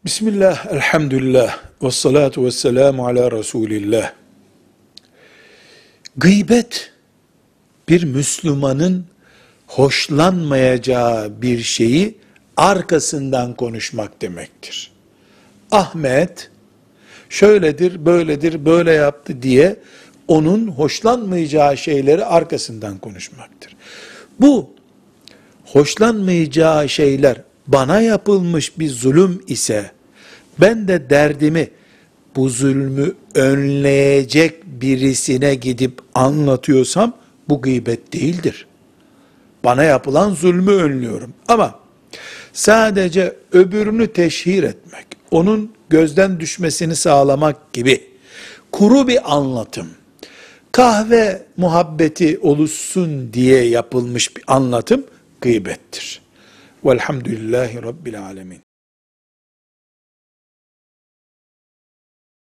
Bismillah, elhamdülillah, ve salatu ve selamu ala Resulillah. Gıybet, bir Müslümanın hoşlanmayacağı bir şeyi arkasından konuşmak demektir. Ahmet, şöyledir, böyledir, böyle yaptı diye, onun hoşlanmayacağı şeyleri arkasından konuşmaktır. Bu, hoşlanmayacağı şeyler, bana yapılmış bir zulüm ise, ben de derdimi, bu zulmü önleyecek birisine gidip anlatıyorsam, bu gıybet değildir. Bana yapılan zulmü önlüyorum. Ama sadece öbürünü teşhir etmek, onun gözden düşmesini sağlamak gibi kuru bir anlatım, kahve muhabbeti oluşsun diye yapılmış bir anlatım gıybettir. Velhamdülillahi Rabbil alemin.